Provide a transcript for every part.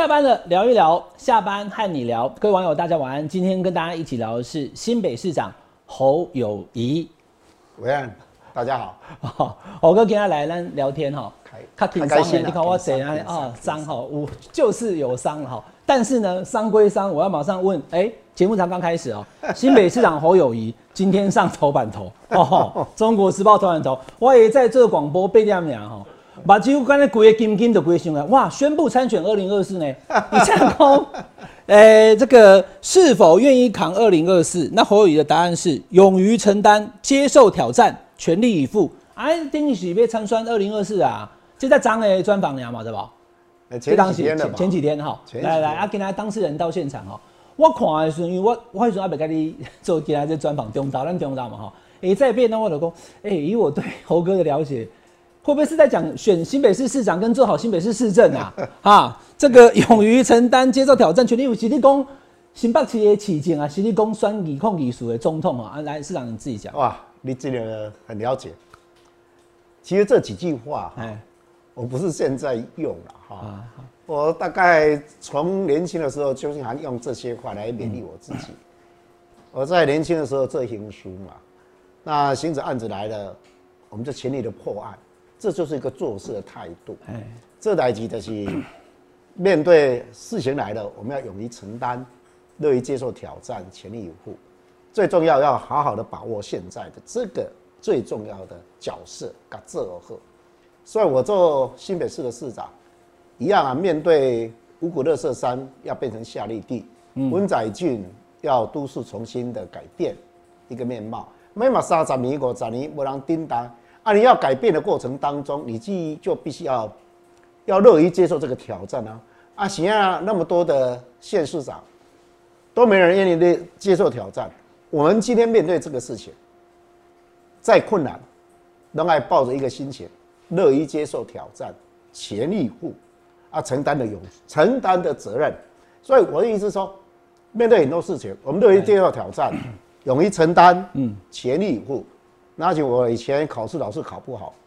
班了，聊一聊，下班和你聊。各位网友，大家晚安。今天跟大家一起聊的是新北市长侯友宜。 伟安，大家好。 侯哥今天来咱聊天哈， 开心。 你看我谁啊伤哈，我就是有伤哈。但是呢，伤归伤，我要马上问，节目才刚开始哦。新北市长侯友宜今天上头版头哦，《中国时报》头版头，我也在这个广播被点名哈。把几乎刚才规个金金的规上来，哇！宣布参选2024呢？你这样讲，这个是否愿意扛2024？那侯友宜的答案是勇于承担，接受挑战，全力以赴。丁喜被参选2024啊，这在张的专访了嘛，对吧？前几天哈，来，今天当事人到现场哈，我看的时候，因为我那时候还没跟你做今天这专访，中岛嘛哈，再变呢，我就讲，以我对侯哥的了解。会不会是在讲选新北市市长跟做好新北市市政啊？这个勇于承担、接受挑战、全力以赴，是你讲新北市的市政啊，是你讲选2控2数的总统啊？来，市长你自己讲。 哇，你这个很了解。其实这几句话，我不是现在用了哈，我大概从年轻的时候就还用这些话来勉励我自己。我在年轻的时候做行书嘛，那刑事案子来了，我们就全力的破案。这就是一个做事的态度。这代志就是面对事情来了，我们要勇于承担，乐于接受挑战，全力以赴。最重要要好好的把握现在的这个最重要的角色，把这而后。所以我做新北市的市长，一样啊，面对五股垃圾山要变成夏绿地，温仔郡要都市重新的改变一个面貌。每嘛30年、50年，没人叮当。你要改变的过程当中，你就必须要乐于接受这个挑战啊！现在那么多的县市长都没人愿意接受挑战。我们今天面对这个事情，再困难，都爱抱着一个心情，乐于接受挑战，全力以赴承担的责任。所以我的意思是说，面对很多事情，我们乐于接受挑战，勇于承担，全力以赴。那就我以前考试老是考不好，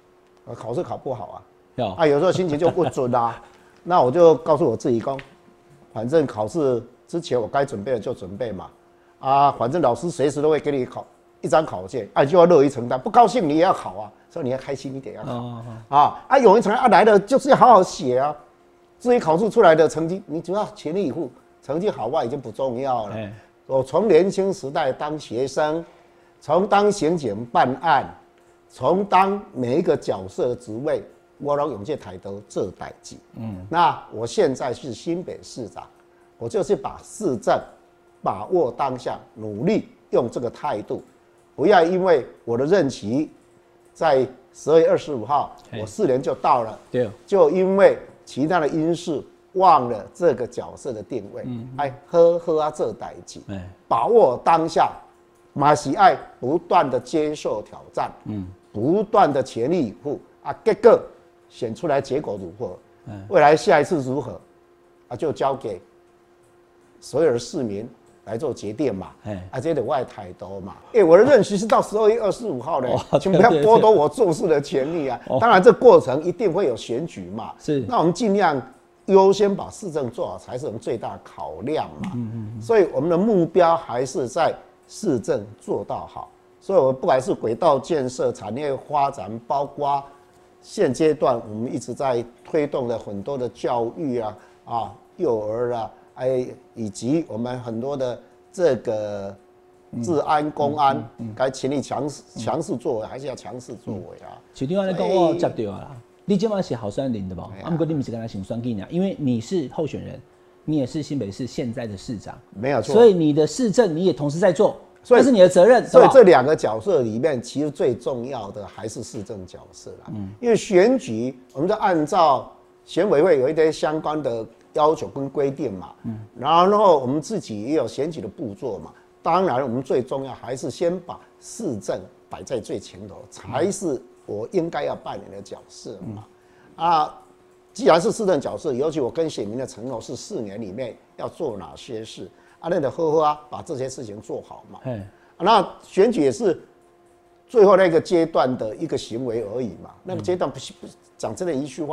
有时候心情就不准那我就告诉我自己说，反正考试之前我该准备的就准备嘛，反正老师随时都会给你考一张考卷，就要乐于承担，不高兴你也要考所以你要开心一点要考勇于承担来了就是要好好写至于考试出来的成绩，你只要全力以赴，成绩好坏已经不重要了。我从年轻时代当学生。从当刑警办案，从当每一个角色的职位，我都用这态度做代志。那我现在是新北市长，我就是把市政把握当下，努力用这个态度，不要因为我的任期在12月25号，我4年就到了，就因为其他的因素忘了这个角色的定位，好做代志，把握当下。马西爱不断的接受挑战，不断的全力以赴结果选出来结果如何？未来下一次如何？就交给所有的市民来做决定嘛。这得外态度嘛。我的任期是到12月25号呢，请不要剥夺我做事的权利当然，这过程一定会有选举嘛。那我们尽量优先把市政做好，才是我们最大的考量嘛。所以我们的目标还是在。市政做到好，所以我不管是轨道建设、产业发展，包括现阶段我们一直在推动的很多的教育幼儿以及我们很多的这个治安、公安，该全力强势作为，还是要强势作为市长你讲我接到啦，你今晚是候选人对不？不过你不是跟他选选举呢，因为你是候选人。你也是新北市现在的市长， 没有错。 所以你的市政你也同时在做，这是你的责任。 所以这2个角色里面，其实最重要的还是市政角色啦。因为选举，我们就按照选委会有一些相关的要求跟规定嘛。然后我们自己也有选举的步骤嘛。当然，我们最重要还是先把市政摆在最前头，才是我应该要扮演的角色嘛。既然是市政角色，尤其我跟选民的承诺是4年里面要做哪些事，那得把这些事情做好嘛。那选举也是最后那个阶段的一个行为而已嘛。那个阶段不讲真的一句话，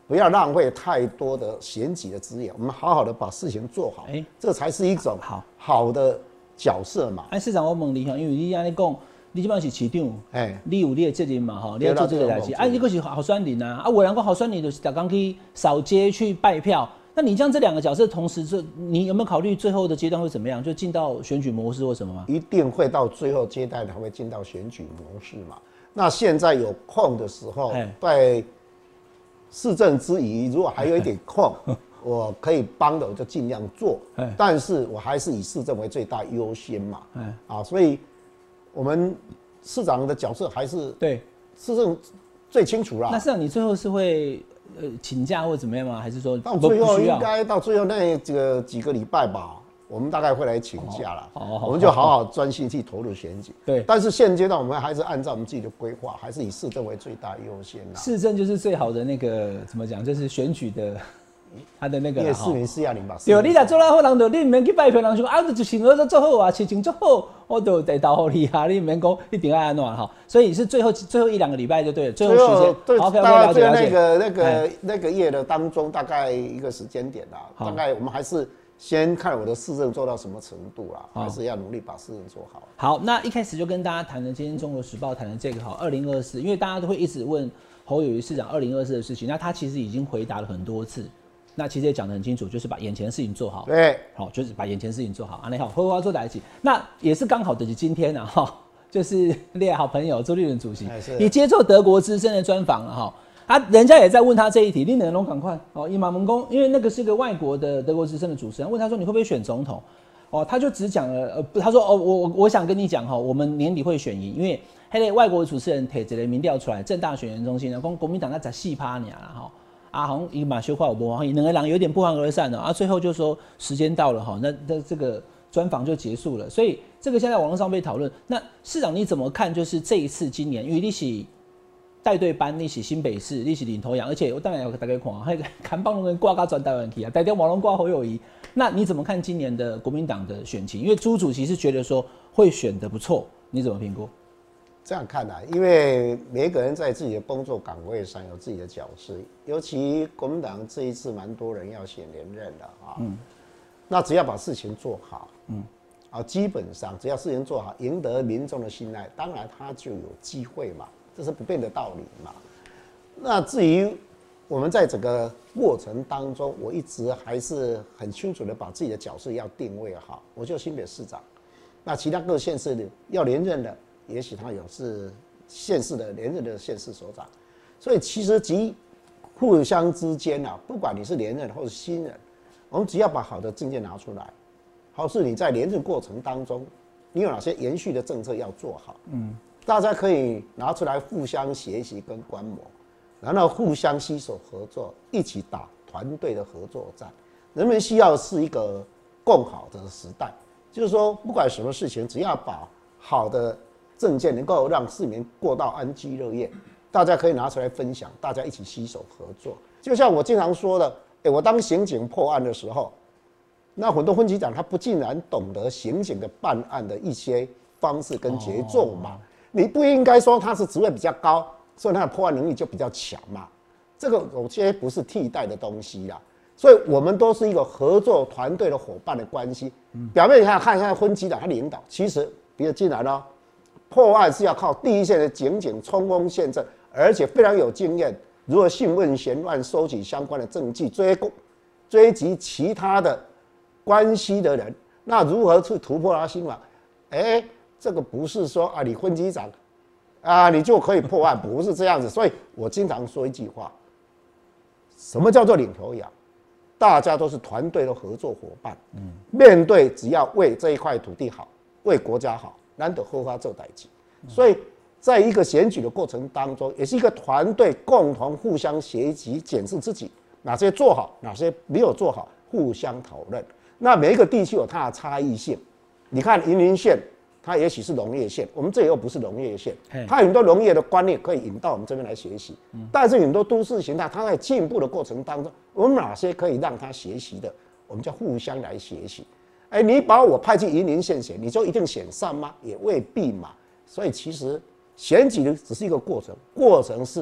不要浪费太多的选举的资源，我们好好的把事情做好，这才是一种好的角色嘛。 市长，我问你哈，因为你安尼讲，你基本上是市长，你有你的责任嘛哈，你要做这个代志。你可是候选人啊，有人讲候选人就是大刚去扫街去拜票。那你将这2个角色同时做，你有没有考虑最后的阶段会怎么样？就进到选举模式或什么吗？ 一定会到最后阶段，才会进到选举模式嘛。那现在有空的时候，在市政之余，如果还有一点空，我可以帮的，我就尽量做。但是我还是以市政为最大优先嘛。所以我们市长的角色还是对市政最清楚啦。 那市长，你最后是会？请假或怎么样吗？还是说到最后应该到最后那几个礼拜吧，我们大概会来请假了。我们就好好专心去投入选举。对，但是现阶段我们还是按照我们自己的规划，还是以市政为最大优先啦。 市政就是最好的那个怎么讲，就是选举的。他的那个， 因为市民施压你吧。 对，你若做得好，人就你唔免去拜票，人就啊，就请我做好啊，心情做好，我就得投给你啊，你唔免讲一定要安怎哈。所以是最后1-2个礼拜就对了，最后时间。 对，大概在那个月的当中，大概一个时间点啦。大概我们还是先看我的市政做到什么程度啦，还是要努力把市政做好。 好，那一开始就跟大家谈的，今天《中国时报》谈的这个好2024，因为大家都会一直问侯友宜市长2024的事情，那他其实已经回答了很多次。那其实也讲得很清楚，就是把眼前的事情做好。 对， 好，就是把眼前的事情做好。你好，好好做在一起。那也是刚好的，今天啊，哈，就是你的好朋友周立伦主席，你接受德国之声的专访了哈。人家也在问他这一题，你能不能赶快哦？以马蒙公，因为那个是个外国的德国之声的主持人，问他说你会不会选总统？哦，他就只讲了，他说哦，我想跟你讲哈，我们年底会选赢，因为那个外国的主持人提一个民调出来，政大选研中心呢，讲国民党才14%尔啦哈。好像伊马修化有不欢迎，2个人有点不欢而散了最后就说时间到了哈，那这个专访就结束了，所以这个现在网络上被讨论。那市长你怎么看？就是这一次今年，因为你是带队班，你是新北市，你是领头羊，而且我当然有大家看，那个看棒龙人挂到转台湾去啊，带掉网龙挂侯友宜。那你怎么看今年的国民党的选情？因为朱主席是觉得说会选得不错，你怎么评估？ 这样看啊，因为每个人在自己的工作岗位上有自己的角色，尤其国民党这一次蛮多人要选连任的那只要把事情做好，基本上只要事情做好，赢得民众的信赖，当然他就有机会嘛，这是不变的道理嘛。那至于我们在整个过程当中，我一直还是很清楚的把自己的角色要定位好，我就新北市长，那其他各县市的要连任的。也许他有是县市的连任的县市首长，所以其实互相之间不管你是连任或是新人，我们只要把好的政见拿出来，或是你在连任过程当中，你有哪些延续的政策要做好，大家可以拿出来互相学习跟观摩，然后互相携手合作，一起打团队的合作战。人们需要是一个共好的时代，就是说不管什么事情，只要把好的政见能够让市民过到安居乐业，大家可以拿出来分享，大家一起携手合作。就像我经常说的，我当刑警破案的时候，那很多分局长他不竟然懂得刑警的办案的一些方式跟节奏嘛，你不应该说他是职位比较高，所以他的破案能力就比较强嘛，这个有些不是替代的东西啦。所以我们都是一个合作团队的伙伴的关系。表面上看一下分局长他领导，其实别进来了。破案是要靠第一线的警冲锋陷阵，而且非常有经验。如何讯问嫌案，收集相关的证据，追击其他的关系的人，那如何去突破他心法？这个不是说你分局长你就可以破案，不是这样子。所以我经常说一句话：什么叫做领头羊？大家都是团队的合作伙伴。面对只要为这一块土地好，为国家好。难得好好做代志，所以在一个选举的过程当中，也是一个团队共同互相学习、检视自己哪些做好，哪些没有做好，互相讨论。那每一个地区有它的差异性，你看云林县，它也许是农业县，我们这里又不是农业县，它很多农业的观念可以引到我们这边来学习。但是很多都市形态，它在进步的过程当中，我们哪些可以让它学习的，我们就互相来学习。你把我派去云林县选，你就一定选上吗？也未必嘛。所以其实选举只是一个过程，过程是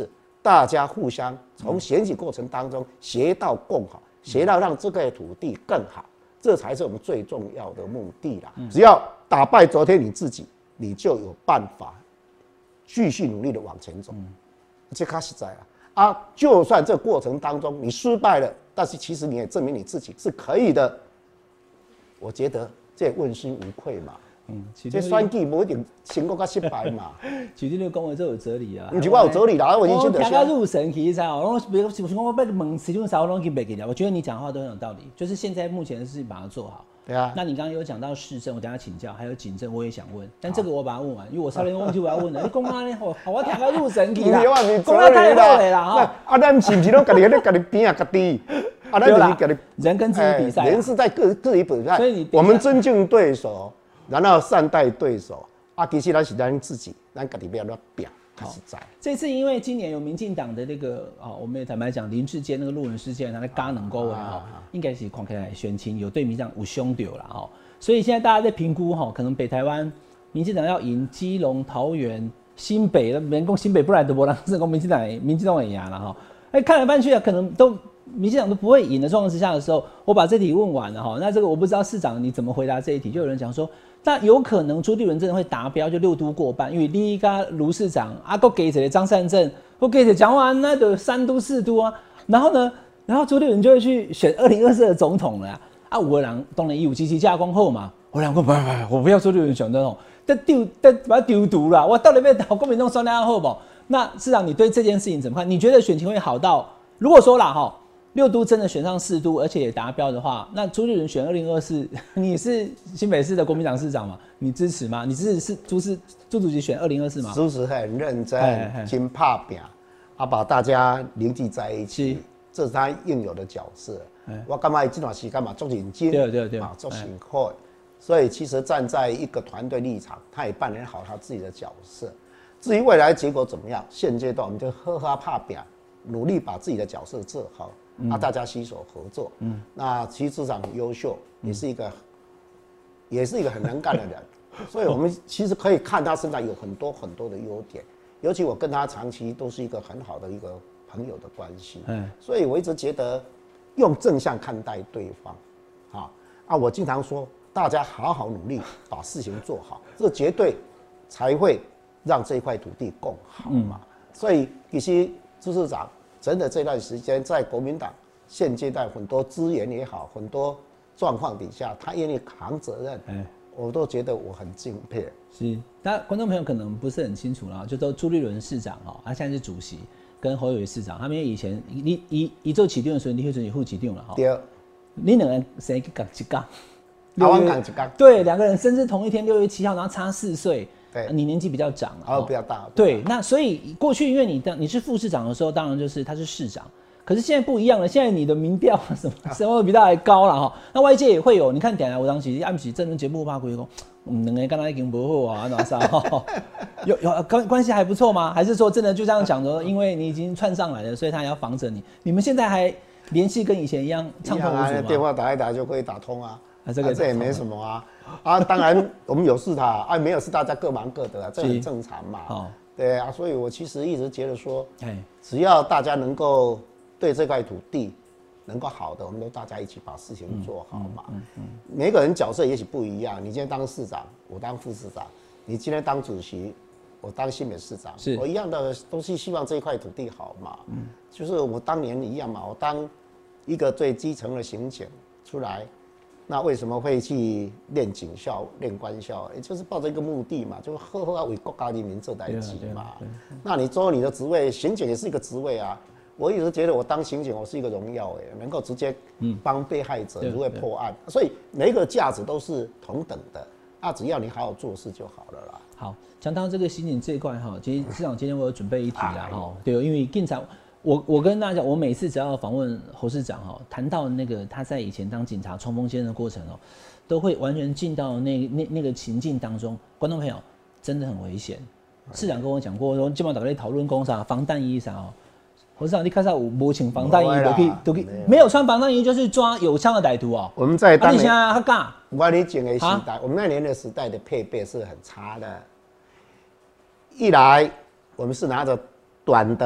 大家互相从选举过程当中学到共好，学到让这块土地更好，这才是我们最重要的目的啦。只要打败昨天你自己，你就有办法继续努力的往前走。这卡实在啊，就算这过程当中你失败了，但是其实你也证明你自己是可以的。我觉得这问心无愧嘛。这选举不一定成功跟失败嘛。 其实你讲的这有哲理啊。 不是我有哲理啦，我已经听到入神，其实我被问其中啥我拢去背给了。我觉得你讲话都很有道理，就是现在目前的事情把它做好。 对啊。 那你刚刚有讲到市政，我等下请教，还有警政我也想问，但这个我把它问完，因为我差点忘记我要问了。你讲啊，我听到入神去啦，讲啊太好了啦哈。 啊，咱是不是拢家己喺咧家己边啊家己？啊，咱就是家己人跟自己比赛， 人是在自己比赛。所以我们尊敬对手。然后善待对手啊，其实咱是咱自己，咱家己不要乱表，他是在。 这次因为今年有民进党的那个我们也坦白讲，林志坚那个路人事件，他在加能够应该是看起来选情有对民进党有凶丢了哈，所以现在大家在评估可能北台湾民进党要赢基隆、桃园、新北，人讲新北不来的，不然是讲民进党也赢了哈。看来看去可能都。民进党都不会赢的状况之下的时候，我把这题问完了哈。那这个我不知道市长你怎么回答这一题？就有人讲说，那有可能朱立伦真的会达标，就6都过半，因为你跟卢市长还给一个张善政，还给一个蒋万安，那就3都4都啊。然后呢，朱立伦就会去选2024的总统了啊。有的人当然有支持架光后嘛，我讲不，我不要朱立伦选总统，把他丢毒了。我到底要投国民党选哪好不？那市长你对这件事情怎么看？你觉得选情会好到？如果说啦哈。6都真的选上4都，而且也达标的话，那朱立伦选2024，你是新北市的国民党市长嘛？你支持吗？你支持朱主席选2024吗？ 支持很认真，真拍拼，把大家凝聚在一起，这是他应有的角色。我感觉这段时间嘛，做认真， 对， 做辛苦，所以其实站在一个团队立场，他也扮演好他自己的角色。至于未来结果怎么样，现阶段我们就呵呵拍拼，努力把自己的角色做好。大家携手合作。那其实市长很优秀，也是一个很能干的人，所以我们其实可以看他身上有很多的优点。尤其我跟他长期都是一个很好的一个朋友的关系，所以我一直觉得用正向看待对方。我经常说，大家好好努力，把事情做好，这绝对才会让这块土地更好嘛。所以其实朱市长。真的这段时间，在国民党现阶段很多资源也好，很多状况底下，他愿意扛责任，我都觉得我很敬佩。 是，那观众朋友可能不是很清楚啦，就说朱立伦市长他现在是主席，跟侯友宜市长，他们以前一做起定的时候，你会选副起定了哈。 对。 你两个人谁讲一讲？ 我讲一讲。 对，2个人生日同一天，6月7号，然后差4岁。 对， 你年纪比较长比较大。 对，那所以过去因为你是副市长的时候，当然就是他是市长，可是现在不一样了，现在你的民调什么比他还高了哈。那外界也会有，你看点来我当时按起政论节目怕归讲，两个刚才已经不好啊，那啥，有关系还不错吗？还是说真的就这样讲的？因为你已经窜上来了，所以他也要防着你。你们现在还联系跟以前一样畅通无阻吗？ 电话打一打就可以打通啊。这也没什么当然我们有事他没有事，大家各忙各的这很正常嘛。对啊，所以我其实一直觉得说，只要大家能够对这块土地能够好的，我们都大家一起把事情做好嘛。每个人角色也许不一样，你今天当市长，我当副市长；你今天当主席，我当新北市长，我一样的都是希望这一块土地好嘛。就是我当年一样嘛，我当一个最基层的刑警出来。那为什么会去练警校、练官校？也就是抱着一个目的嘛，就好好为国家人民做代志嘛。那你做你的职位，刑警也是一个职位啊。我一直觉得我当刑警，我是一个荣耀能够直接帮被害者如何破案。所以每一个价值都是同等的。那只要你好好做事就好了啦。 好，讲到这个刑警这一块哈，其实市长今天我有准备一题啦哈。对，因为警察。我跟大家讲，我每次只要访问侯市长谈到那个他在以前当警察冲锋陷阵的过程都会完全进到那个情境当中。观众朋友真的很危险。市长跟我讲过说，基本上大家在讨论讲啥防弹衣啥侯市长你看到没穿防弹衣都可以没有穿防弹衣就是抓有枪的歹徒我们在当年， 你现在他干？ 我你讲的时代，我们那年的时代的配备是很差的。一来我们是拿着短的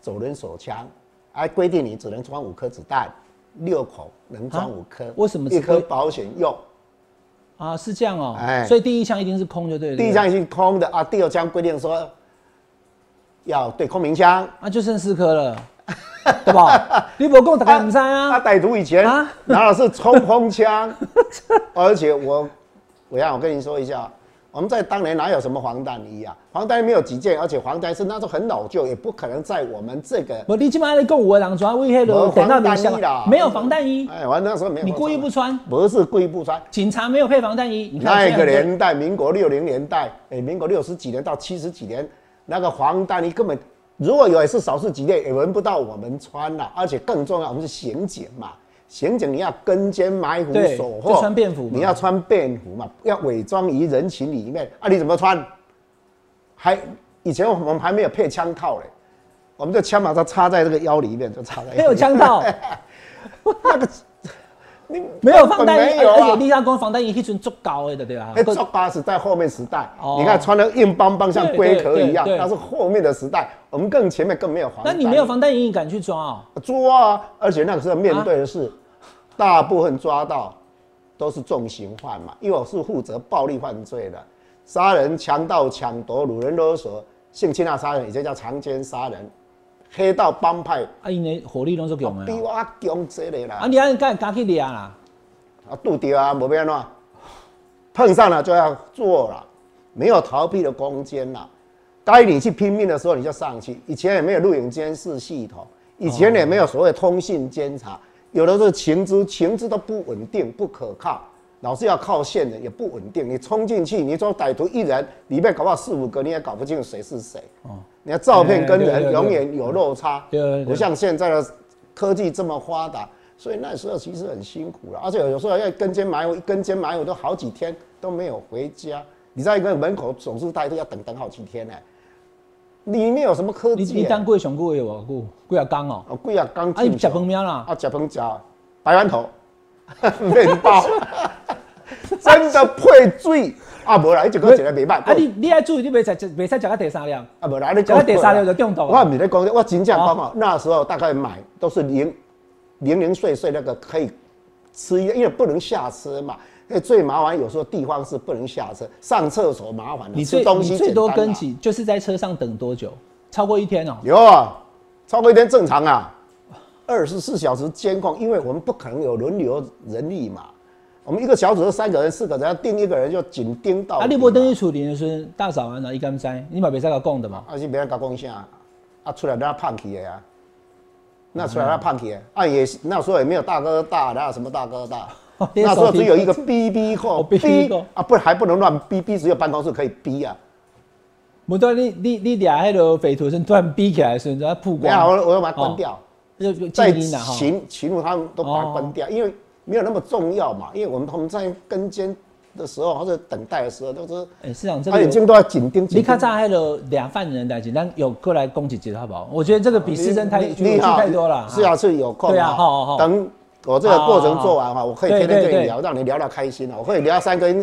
左轮手枪，还规定你只能装5颗子弹，6口能装5颗， 为什么 1颗保险用？ 啊，是这样哦，所以第一枪一定是空就对了。 第一枪是空的啊，第二枪规定说要对空鸣枪， 啊，就剩4颗了，对吧？你不讲大家唔知啊。 歹徒以前拿的是冲锋枪，而且我跟你说一下。我们在当年哪有什么防弹衣啊？防弹衣没有几件，而且防弹衣是那种很老旧，也不可能在我们这个。 你起码在讲有的人穿为黑的等到你没有防弹衣。 哎，我那时候没有。 你故意不穿？ 不是故意不穿， 警察没有配防弹衣。你看那个年代，民国60年代，民国60几年到70几年，那个防弹衣根本如果有也是少数几件，也轮不到我们穿了。而且更重要，我们是刑警嘛。刑警你要跟监埋伏守候， 就穿便服， 你要穿便服嘛，要伪装于人群里面啊！你怎么穿？以前我们还没有配枪套嘞，我们的枪把它插在这个腰里面，就插在。 没有枪套， 那个你没有防弹衣， 没有而且立下讲防弹衣那阵足高的，对吧？ 足高是在后面时代，你看穿的硬邦邦像龟壳一样，那是后面的时代，我们更前面更没有防弹。 那你没有防弹衣，你敢去抓啊？ 抓啊！而且那个时候面对的是，大部分抓到都是重刑犯嘛，因为我是负责暴力犯罪的，杀人、强盗、抢夺、掳人勒索、性侵害杀人，以前叫强奸杀人。黑道帮派啊，因的火力拢足强的， 比我强这个啦。 啊，你敢敢去抓啦？ 啊，拄到啊，无变怎，碰上了就要做了，没有逃避的空间啦。该你去拼命的时候，你就上去。以前也没有录影监视系统，以前也没有所谓通信监察，有的是情资都不稳定、不可靠，老是要靠线的也不稳定。你冲进去，你说歹徒一人，里面搞不好4、5个，你也搞不清谁是谁。你看照片跟人永远有落差，不像现在的科技这么发达，所以那时候其实很辛苦了，而且有时候要跟监埋伏都好几天都没有回家，你在一个门口总是待着要等好几天呢。里面有什么科技？ 你当过上久的无？几啊天哦？ 几啊天。 啊，你吃饭咩啦？ 啊，吃饭吃白馒头、面包，真的配水。啊，无啦，一个袂歹。 啊，你爱注意，你袂使食到第3粒。 啊，无啦，你食到第3粒就中毒。 我唔是咧讲，我真正讲哦，那时候大概买都是零碎那个可以吃，因为不能下车嘛。最麻烦有时候地方是不能下车，上厕所麻烦。 你吃东西最多跟起就是在车上等多久？超过1天哦？ 有啊，超过1天正常啊。24小时监控，因为我们不可能有轮流人力嘛。我们一个小组是3个人、4个人，要盯1个人就紧盯到。 啊，你无等去处理的时候，大嫂啊，伊敢知？你嘛袂使甲讲的嘛。 啊，是别人甲讲啥？啊，出来让他胖起的呀。那出来他胖起的，啊也那时候也没有大哥大，哪有什么大哥大？那时候只有一个 BB 扣，BB 啊还不能乱逼，只有办公室可以逼啊。 无对，你俩迄个匪徒是突然逼起来的时候，就要曝光。 没有，我要把它关掉。 在勤务他们都把它关掉，因为没有那么重要嘛。因为我们在跟监的时候或者等待的时候，都是市长这个眼睛都要紧盯。 你看在迄个俩犯人代志，咱有过来攻击好不好？我觉得这个比市政太太多了。 是啊，是有空。 对啊，好。 等我这个过程做完哈，我可以天天跟你聊，让你聊到开心了。我可以聊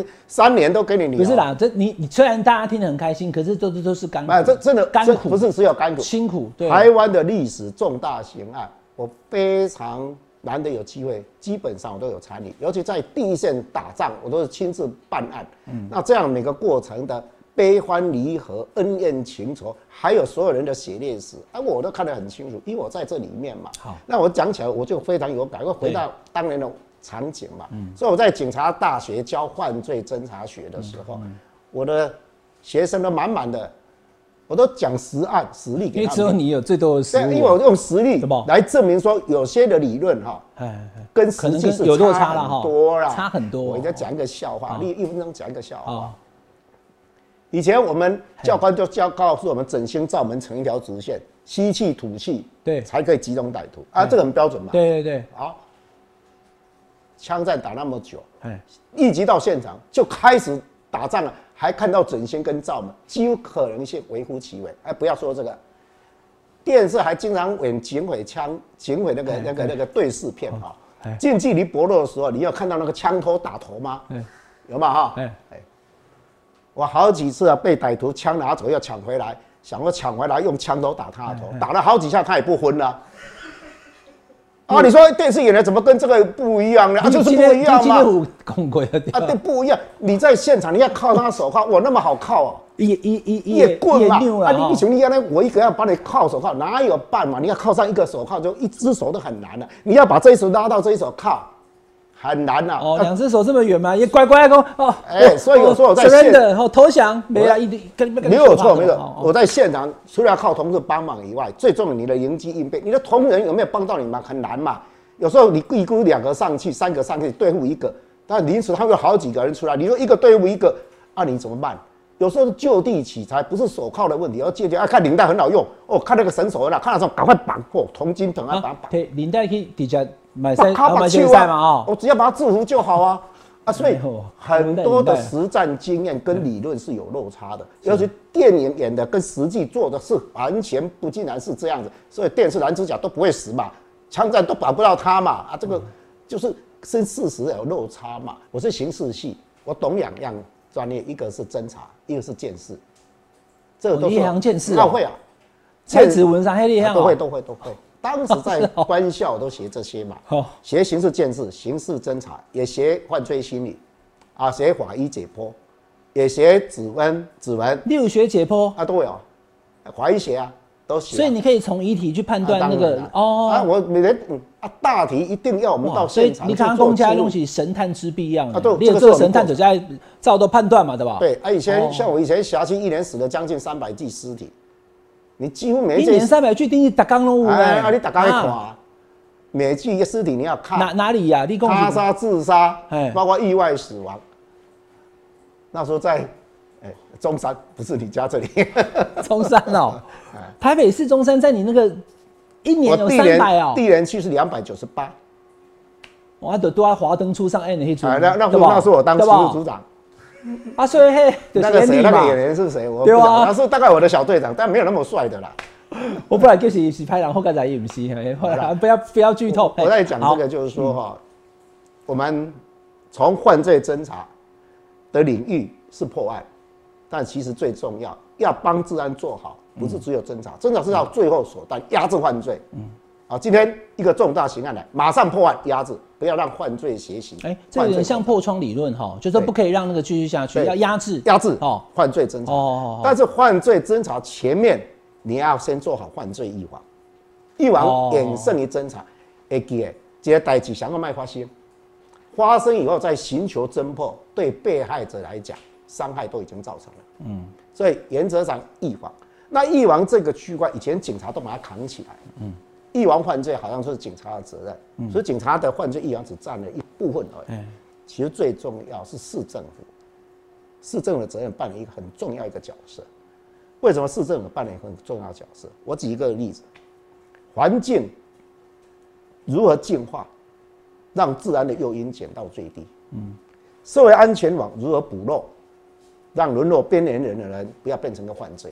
3年都跟你聊。 不是啦，这你虽然大家听得很开心，可是都是甘苦。 这真的甘苦， 不是只有甘苦， 辛苦。对。 台湾的历史重大刑案，我非常难得有机会，基本上我都有参与，尤其在第一线打仗，我都是亲自办案。那这样每个过程的悲欢离合、恩怨情仇，还有所有人的血泪史，我都看得很清楚，因为我在这里面嘛。好，那我讲起来我就非常有感，会回到当年的场景嘛。所以我在警察大学教犯罪侦查学的时候，我的学生都满满的。我都讲实案实例给他们， 因为只有你有最多的实例， 因为我用实例来证明说有些的理论哈，跟实际是有落差很多啦， 差很多。 我再讲一个笑话，你1分钟讲一个笑话。以前我们教官就告诉我们，整形罩门成一条直线，吸气吐气， 对， 才可以集中歹徒啊，这个很标准嘛。 对。 好，枪战打那么久，一直到现场就开始打仗了。还看到整形跟罩门，极有可能性微乎其微。不要说这个，电视还经常演警匪那个对视片哈。近距离搏斗的时候，你有看到那个枪头打头吗？有吗？哈。我好几次啊被歹徒枪拿走要抢回来， 想要抢回来，用枪头打他的头，打了好几下他也不昏了。啊，你说电视演的怎么跟这个不一样呢？啊，就是不一样嘛。啊，对，不一样。你在现场，你要靠他手铐，我那么好铐啊？也棍嘛。啊，你不行，你要来我一个要把你铐手铐，哪有办嘛？你要铐上一个手铐，就一只手都很难了。你要把这一手拉到这一手铐，很难呐。 哦，2只手这么远吗？也乖乖的哦。 哎，所以有时候我在 surrender投降，没啦， 没有错，没有。我在现场除了要靠同事帮忙以外，最重要你的灵机应变，你的同仁有没有帮到你嘛？很难嘛。有时候你一估2个上去，3个上去对付1个，但临时他们有好几个人出来，你说1个对付1个，啊，你怎么办？有时候就地取材，不是手铐的问题，要借鉴。啊，看领带很好用哦，看那个绳索很好，看到时候赶快绑，哦，铜筋藤啊，把它绑。 领带可以底下买赛嘛啊， 我只要把它制服就好啊。啊，所以很多的实战经验跟理论是有落差的，尤其电影演的跟实际做的是完全不尽然是这样子，所以电视男主角都不会死嘛，枪战都打不到他嘛，啊，这个就是跟事实有落差嘛。我是刑事系，我懂2样专业，一个是侦查，一个是鉴识，这个都是立行鉴识啊，会啊， 蔡子文啥黑立行都会。当时在官校都学这些嘛，学刑事鉴识、刑事侦查，也学犯罪心理，啊，学法医解剖，也学指纹， 你有学解剖啊，都有，法医学啊，都学。 所以你可以从遗体去判断那个哦。啊，我每人大题一定要我们到现场去做记录。 你刚刚公家东西神探之必要啊，对， 你有这个神探者在照都判断嘛，对吧？ 对啊，像我以前辖区1年死了将近300具尸体。你几乎每一年300具，等于大纲都有哎。 啊，你大纲去看，每具尸体你要看哪里呀？ 他杀、自杀，包括意外死亡。那时候在中山，不是你家这里。 中山哦，台北市中山，在你那个一年有300哦。 地人区是298。 我都在华灯初上那一组。 那是我当事务组长。 啊，所以那个谁，那个演员是谁？我不知道，他是大概我的小队长，但没有那么帅的啦。 我本来就是拍人，后来也不是，不要剧透。 我在讲这个，就是说哈，我们从犯罪侦查的领域是破案，但其实最重要帮治安做好，不是只有侦查，侦查是要最后手段，压制犯罪。啊，今天一个重大刑案来，马上破案压制，不要让犯罪学习。 这有点像破窗理论哈，就是不可以让那个继续下去，要压制哦，犯罪侦查。但是犯罪侦查前面你要先做好犯罪预防，预防远胜于侦查。会记得这个代志想要卖发生，发生以后再寻求侦破，对被害者来讲伤害都已经造成了。所以原则上预防。那预防这个区块，以前警察都把它扛起来。预防犯罪好像是警察的责任，所以警察的犯罪预防只占了一部分而已。其实最重要是市政府，市政府的责任扮演一个很重要一个角色。为什么市政府扮演很重要的角色？我举一个例子：环境如何净化，让治安的诱因减到最低；社会安全网如何补漏，让沦落边缘人的人不要变成个犯罪。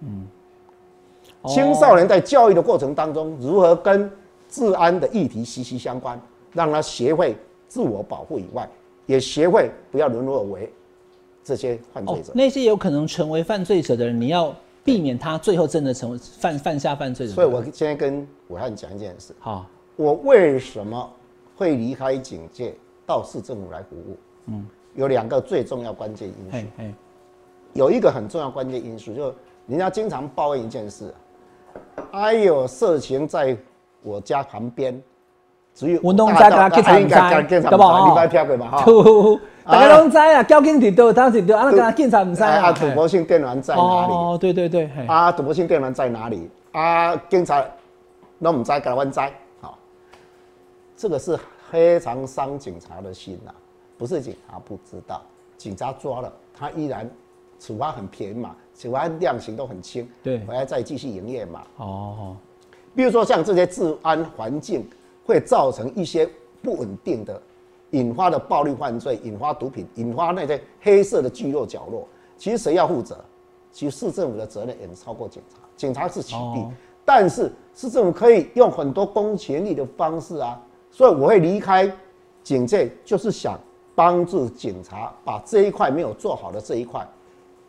青少年在教育的过程当中，如何跟治安的议题息息相关，让他学会自我保护以外，也学会不要沦落为这些犯罪者。 那些有可能成为犯罪者的人，你要避免他最后真的成为犯下犯罪的人。 所以我现在跟伟汉讲一件事。 好， 我为什么会离开警界到市政府来服务？有2个最重要关键因素。有一个很重要关键因素，就是人家经常抱怨一件事。还有色情在我家旁边，只有运动在甲去参赛， 对吧？你捌听过嘛？哈， 大家拢知啊，交警伫倒，当时就安那警察唔知啊。 赌博性电玩在哪里？ 哦，对。 赌博性电玩在哪里？警察拢唔知，甲阮知。好，这个是非常伤警察的心呐。不是警察不知道，警察抓了，他依然处罚很便宜嘛。处罚量刑都很轻， 对， 回来再继续营业嘛。比如说像这些治安环境会造成一些不稳定的，引发的暴力犯罪，引发毒品，引发那些黑色的聚落角落。其实谁要负责？其实市政府的责任远超过警察，警察是起地，但是市政府可以用很多公权力的方式啊。所以我会离开警界，就是想帮助警察把这一块没有做好的这一块。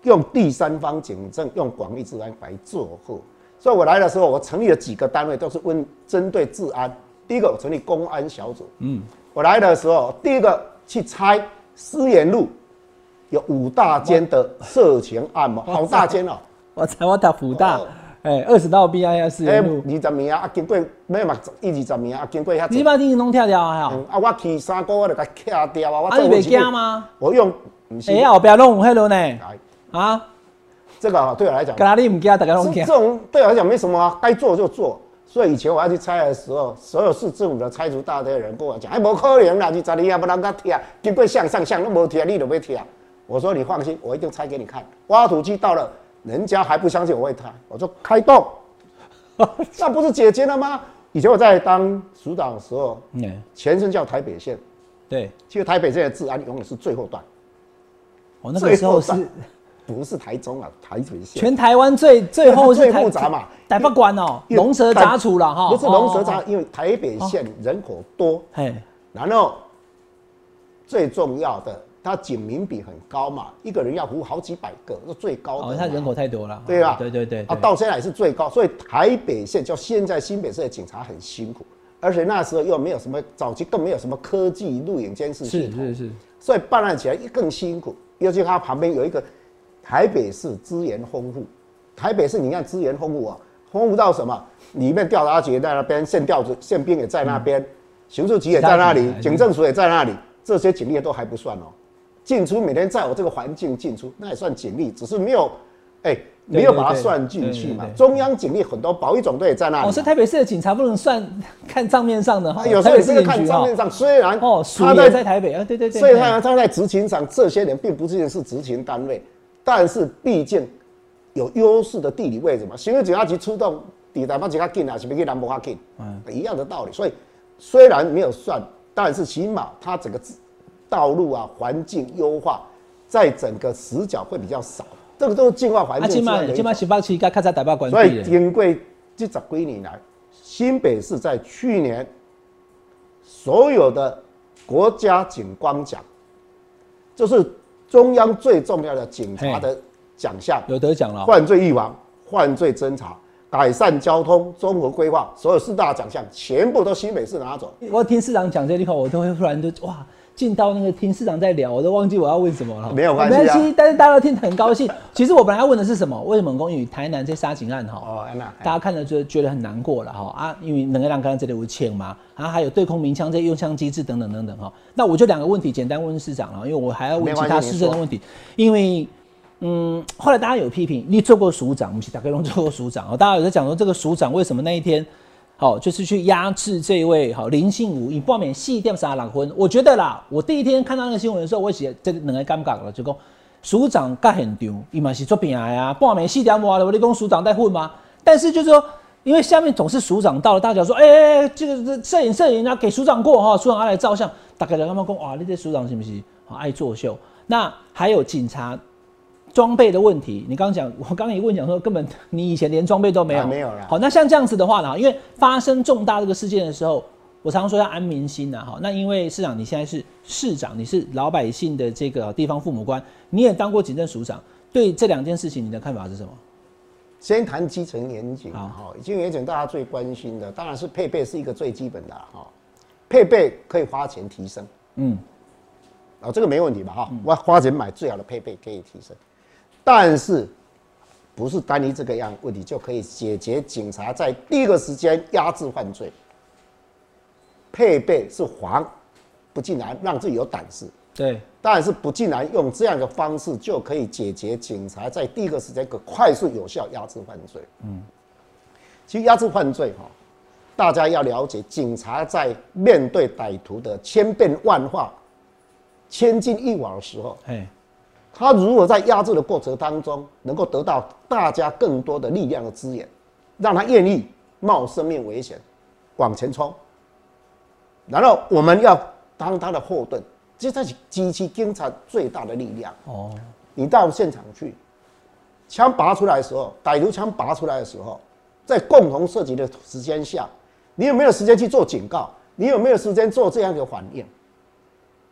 用第三方警政，用广义治安来做后。所以我来的时候，我成立了几个单位，都是针对治安。第一个，我成立公安小组。我来的时候，第一个去拆思源路，有5大间的色情案嘛，好大间哦。 我猜我读福大。20道 BI 思源路 ，20名啊，经过每嘛20名啊，经过遐。 你把你弄跳掉啊？ 啊，我去3个月就甲卡掉啊！ 你袂惊吗？ 我用， 后壁弄有迄落呢？啊， 这个对我来讲， 跟你唔惊，大家拢惊。 这种对我来讲没什么啊，该做就做。所以以前我要去拆的时候，所有市政府的拆除大队的人跟我讲，无可能啦，20年也不能甲拆，经过向都无拆，你就要拆。我说你放心，我一定拆给你看。挖土机到了。人家还不相信我会拆，我就开动，那不是解决了吗？以前我在当署长的时候，前身叫台北县， 对， 其实台北县的治安永远是最后段。 我那个时候是， 不是台中啊，台北县， 全台湾最后是最复杂嘛， 台北关哦，龙蛇杂处了哈， 不是龙蛇杂，因为台北县人口多，然后最重要的。它警民比很高嘛，一个人要服务好几百个，是最高的。 它人口太多了， 对吧？ 对。 啊，到现在也是最高，所以台北县就现在新北市的警察很辛苦，而且那时候又没有什么早期更没有什么科技录影监视系统，是，所以办案起来更辛苦。尤其它旁边有一个台北市资源丰富，台北市你看资源丰富啊，丰富到什么？里面调查局在那边，宪兵也在那边，刑事局也在那里，警政署也在那里，这些警力都还不算哦。进出每天在我这个环境进出，那也算警力，只是没有，没有把它算进去嘛。中央警力很多，保育总队也在那里。 是台北市的警察不能算看账面上的哈。 有时候也是看账面上，虽然他在台北啊，对。 所以他在执勤上，这些人并不是执勤单位，但是毕竟有优势的地理位置嘛。刑事警察局出动，抵台北比较近啊，是比去南部较近，一样的道理。所以虽然没有算，但是起码它整个道路啊，环境优化，在整个死角会比较少，这个都是净化环境。 今嘛新北市跟较早台北关闭。 所以经过这10几年来，新北市在去年所有的国家警光奖，就是中央最重要的警察的奖项， 有得奖了。 犯罪预防、犯罪侦查、改善交通、综合规划，所有4大奖项全部都新北市拿走。 我听市长讲这句话，我都会突然就哇。进到那个听市长在聊，我都忘记我要问什么了。 没有关系啊， 但是大家都听得很高兴。其实我本来要问的是什么？为什么公寓台南这杀警案大家看了就觉得很难过了因为两个人刚刚这里有欠嘛，还有对空鸣枪这些用枪机制等等那我就2个问题简单问市长了，因为我还要问其他市政的问题。因为后来大家有批评，你做过署长，不是大家都做过署长大家有在讲说这个署长为什么那一天。就是去压制这一位林信武，以避免4点3人分。我觉得啦，我第一天看到那个新闻的时候，我写这2个感觉了，就讲署长甲现场，伊嘛是做拼的啊，避免4点外的，你讲署长在混吗？但是就是说，因为下面总是署长到了，大家说，这个摄影啊，给署长过署长要来照相，大家就他们讲，哇，你这署长是不是爱作秀？那还有警察。装备的问题，你刚刚讲，我刚刚一问讲说，根本你以前连装备都没有， 没有了。 好，那像这样子的话呢，因为发生重大这个事件的时候，我常说要安民心呐，那因为市长你现在是市长，你是老百姓的这个地方父母官，你也当过警政署长，对这2件事情你的看法是什么？ 先谈基层严警，基层严警大家最关心的，当然是配备是一个最基本的配备可以花钱提升，这个没问题吧我花钱买最好的配备可以提升。但是，不是单一这个样问题就可以解决警察在第一个时间压制犯罪。配备是防不进来，让自己有胆识。 对， 当然是不进来用这样的方式就可以解决警察在第一个时间可快速有效压制犯罪。其实压制犯罪大家要了解，警察在面对歹徒的千变万化、千金一往的时候，他如果在压制的过程当中，能够得到大家更多的力量的资源，让他愿意冒生命危险往前冲，然后我们要当他的后盾，这才是激起警察最大的力量。你到现场去，枪拔出来的时候，歹徒枪拔出来的时候，在共同射击的时间下，你有没有时间去做警告？你有没有时间做这样的反应？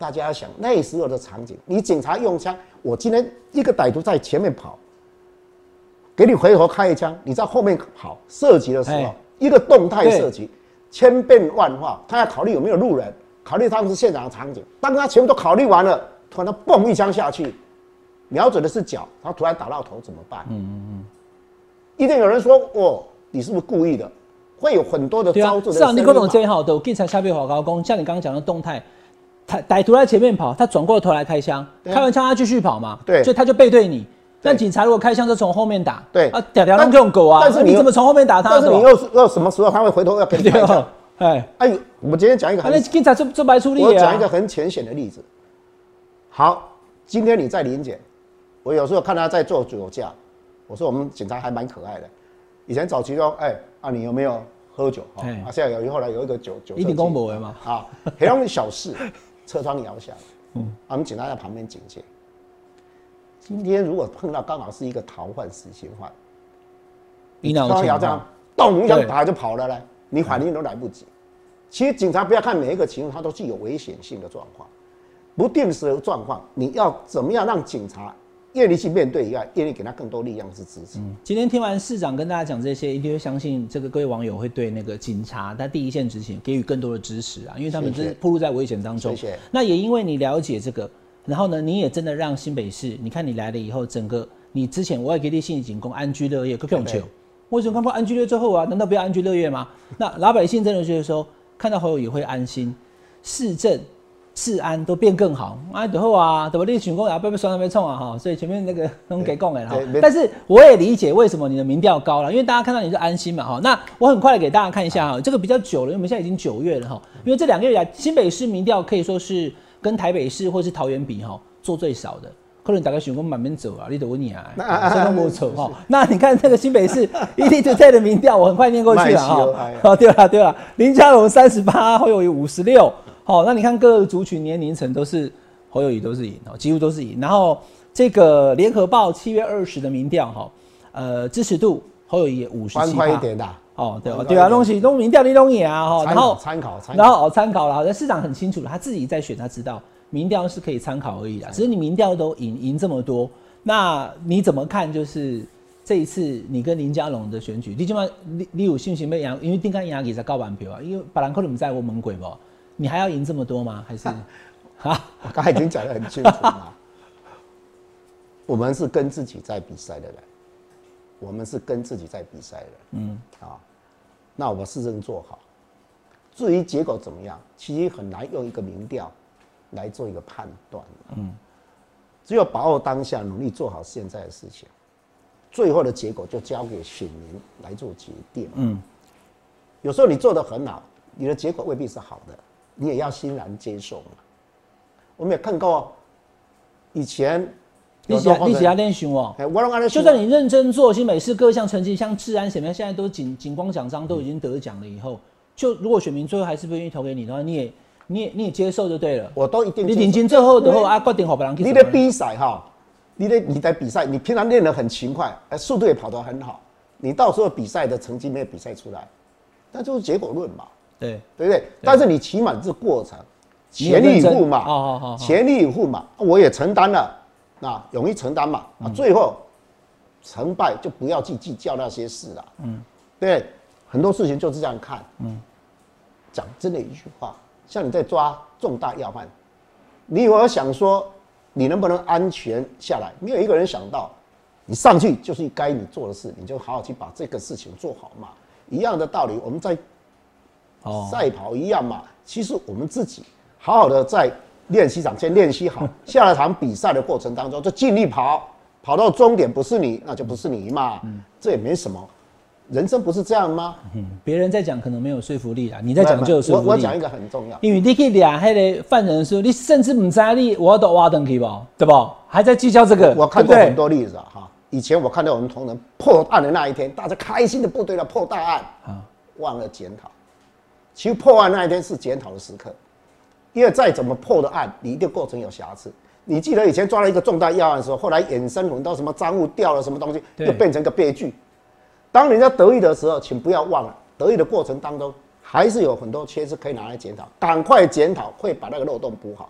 大家要想那时候的场景，你警察用枪，我今天一个歹徒在前面跑，给你回头开一枪，你在后面跑射击的时候，一个动态射击，千变万化，他要考虑有没有路人，考虑当时现场的场景。当他全部都考虑完了，突然他嘣一枪下去，瞄准的是脚，他突然打到头怎么办？一定有人说：“哦，你是不是故意的？”会有很多的招致的。 是啊，你可能最好的警察下面华高工，像你刚刚讲的动态，歹徒在前面跑，他转过头来开枪，开完枪他继续跑嘛， 对， 所以他就背对你。但警察如果开枪就从后面打， 对啊，屌屌弄这种狗啊， 但是你怎么从后面打他？ 但是你又什么时候他会回头要给你开枪？哎，我今天讲一个， 那警察做白处理。 我讲一个很浅显的例子。好，今天你在临检，我有时候看他在做酒驾，我说我们警察还蛮可爱的。以前早期说，你有没有喝酒？现在后来有一个酒一定公布的嘛。 啊，很容易小事，车窗摇下来，我们警察在旁边警戒。今天如果碰到刚好是一个逃犯、死刑犯，车窗摇这样，咚一下打就跑了嘞，你反应都来不及。其实警察不要看每一个情况，它都具有危险性的状况，不定时的状况，你要怎么样让警察愿意去面对以外，愿意给他更多力量是支持。 今天听完市长跟大家讲这些，一定会相信这个各位网友会对那个警察他第一线执行给予更多的支持啊，因为他们是暴露在危险当中。 谢谢。 那也因为你了解这个，然后呢，你也真的让新北市，你看你来了以后，整个你之前我也给你信警工安居乐业，可用球。为什么看过安居乐最后啊？难道不要安居乐业吗？那老百姓真的觉得说，看到侯友宜会安心，市政。治安都变更好啊，就好啊，对吧？你想讲也被双人被冲啊哈，所以前面那个都给讲的哈。但是我也理解为什么你的民调高了，因为大家看到你就安心嘛哈。那我很快的给大家看一下哈，这个比较久了，因为我们现在已经9月了哈。因为这2个月来，新北市民调可以说是跟台北市或是桃园比哈，做最少的。可能大概想讲慢慢走啊，你得问你啊，所以都没走哈。那你看这个新北市ETtoday的民调，我很快念过去了哈。对了，林佳龙38，侯友宜56。好，那你看各个族群年龄层都是侯友宜都是赢，几乎都是赢。然后这个联合报7月20的民调哈，支持度侯友宜也57%， 欢快一点的。 对啊，东西都民调你都赢啊哈。 然后参考了，那市长很清楚，他自己在选，他知道民调是可以参考而已啦。只是你民调都赢这么多，那你怎么看？就是这一次你跟林佳龙的选举，你有信心被赢？因为定看赢其实9万票啊，因为别人可能不在我门鬼不。你还要赢这么多吗？还是我刚才已经讲得很清楚了。我们是跟自己在比赛的人，我们是跟自己在比赛的人。那我们市政做好，至于结果怎么样，其实很难用一个民调来做一个判断。只有把握当下，努力做好现在的事情，最后的结果就交给选民来做决定。有时候你做得很好，你的结果未必是好的。你也要欣然接受嘛。我们也看过，以前你是要练想哦。就算你认真做，新北市各项成绩，像治安什么，现在都警光奖章都已经得奖了以后，就如果选民最后还是不愿意投给你的话，你也接受就对了。 我都一定。 你领金最后的话啊，决定好别人去。 你的比赛哈，你的比赛，你平常练得很勤快，速度也跑得很好，你到时候比赛的成绩没有比赛出来，那就是结果论嘛。对不对？但是你起码这过程，全力以赴嘛，全力以赴嘛，我也承担了，那勇于承担嘛，最后成败就不要去计较那些事了，对，很多事情就是这样看，讲真的一句话，像你在抓重大要犯，你有没有想说你能不能安全下来？没有一个人想到，你上去就是该你做的事，你就好好去把这个事情做好嘛，一样的道理，我们在。赛跑一样嘛，其实我们自己好好的在练习场先练习好，下了场比赛的过程当中就尽力跑，跑到终点不是你，那就不是你嘛，这也没什么，人生不是这样吗？ 别人在讲可能没有说服力啦，你在讲就有说服力。 我讲一个很重要， 因为你去抓那个犯人的时候，你甚至不知道你我都挖登去吧，对不？还在计较这个。 我看过很多例子哈，以前我看到我们同仁破案的那一天，大家开心的不得了，破大案，忘了检讨。其实破案那一天是检讨的时刻，因为再怎么破的案，你一定过程有瑕疵。你记得以前抓了一个重大要案的时候，后来衍生很多什么赃物掉了什么东西，就变成一个悲剧。当人家得意的时候，请不要忘了，得意的过程当中还是有很多缺失可以拿来检讨，赶快检讨，会把那个漏洞补好。